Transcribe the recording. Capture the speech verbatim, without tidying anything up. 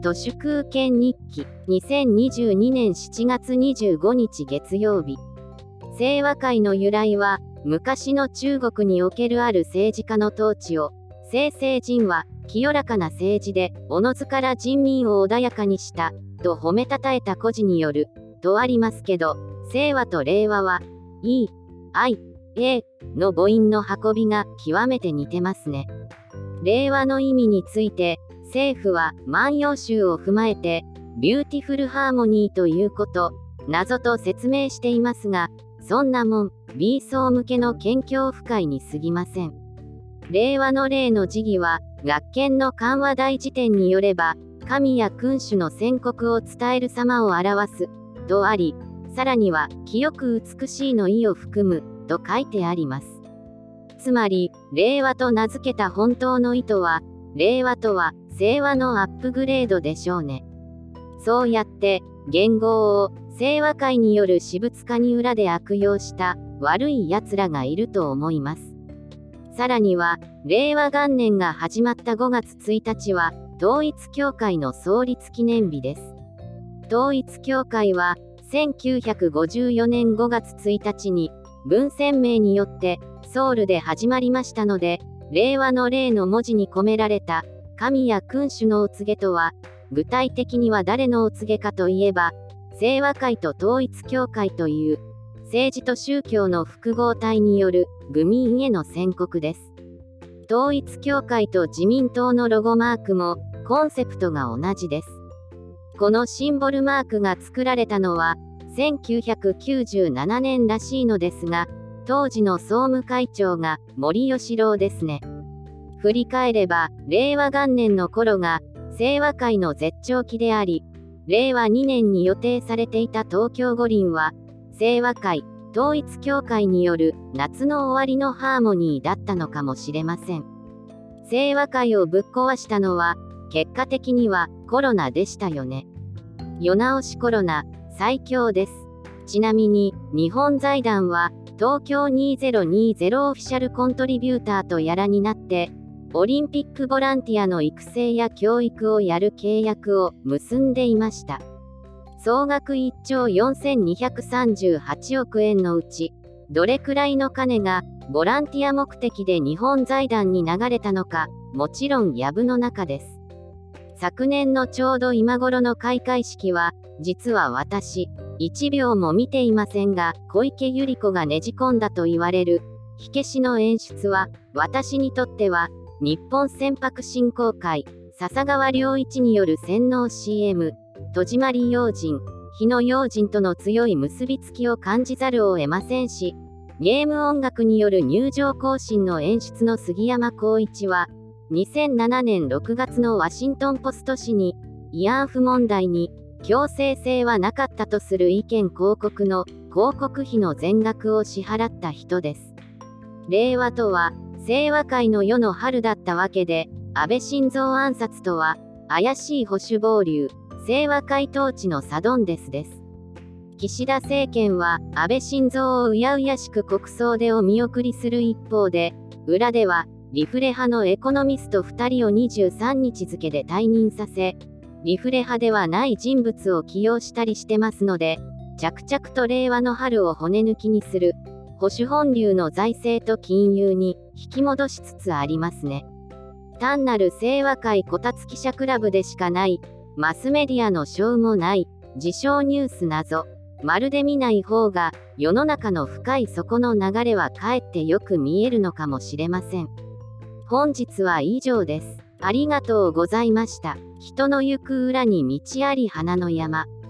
都市空権日記にせんにじゅうにねんしちがつにじゅうごにち月曜日。清和会の由来は、昔の中国におけるある政治家の統治を、清政人は清らかな政治で、おのずから人民を穏やかにした、と褒めたたえた故事による、とありますけど、清和と令和は、い、I、A の母音の運びが極めて似てますね。令和の意味について、政府は万葉集を踏まえて、ビューティフルハーモニーということ、謎と説明していますが、そんなもん、B 層向けの謙虚不快に過ぎません。令和の令の時義は、学研の漢和大辞典によれば、神や君主の宣告を伝える様を表す、とあり、さらには、清く美しいの意を含む、と書いてあります。つまり、令和と名付けた本当の意図は、令和とは、清和のアップグレードでしょうね。そうやって、元号を、清和会による私物化に裏で悪用した、悪い奴らがいると思います。さらには、令和元年が始まったごがつついたちは、統一教会の創立記念日です。統一教会は、せんきゅうひゃくごじゅうよねんごがつついたちに、文鮮明によって、ソウルで始まりましたので、令和の令の文字に込められた、神や君主のお告げとは、具体的には誰のお告げかといえば、清和会と統一教会という、政治と宗教の複合体による、愚民への宣告です。統一教会と自民党のロゴマークも、コンセプトが同じです。このシンボルマークが作られたのは、せんきゅうひゃくきゅうじゅうななねんらしいのですが、当時の総務会長が森喜朗ですね。振り返れば、令和元年の頃が、清和会の絶頂期であり、令和にねんに予定されていた東京五輪は、清和会、統一教会による夏の終わりのハーモニーだったのかもしれません。清和会をぶっ壊したのは、結果的にはコロナでしたよね。世直しコロナ、最強です。ちなみに、日本財団は、東京にせんにじゅうオフィシャルコントリビューターとやらになって、オリンピックボランティアの育成や教育をやる契約を結んでいました。総額いっちょうよんせんにひゃくさんじゅうはちおくえんのうち、どれくらいの金がボランティア目的で日本財団に流れたのか、もちろん藪の中です。昨年のちょうど今頃の開会式は、実は私、いちびょうも見ていませんが、小池百合子がねじ込んだと言われる、火消しの演出は、私にとっては、日本船舶振興会、笹川良一による洗脳 シーエム、戸締まり要人、日野要人との強い結びつきを感じざるを得ませんし、ゲーム音楽による入場行進の演出の杉山浩一は、にせんななねんろくがつのワシントンポスト紙に、慰安婦問題に、強制性はなかったとする意見広告の広告費の全額を支払った人です。令和とは、清和会の世の春だったわけで、安倍晋三暗殺とは、怪しい保守暴流、清和会統治のサドンデスです。岸田政権は、安倍晋三をうやうやしく国葬でお見送りする一方で、裏では、リフレ派のエコノミストふたりをにじゅうさんにち付で退任させ、リフレ派ではない人物を起用したりしてますので、着々と令和の春を骨抜きにする、保守本流の財政と金融に引き戻しつつありますね。単なる清和会こたつ記者クラブでしかない、マスメディアの賞もない、自称ニュース謎、まるで見ない方が、世の中の深い底の流れはかえってよく見えるのかもしれません。本日は以上です。ありがとうございました。人の行く裏に道あり花の山。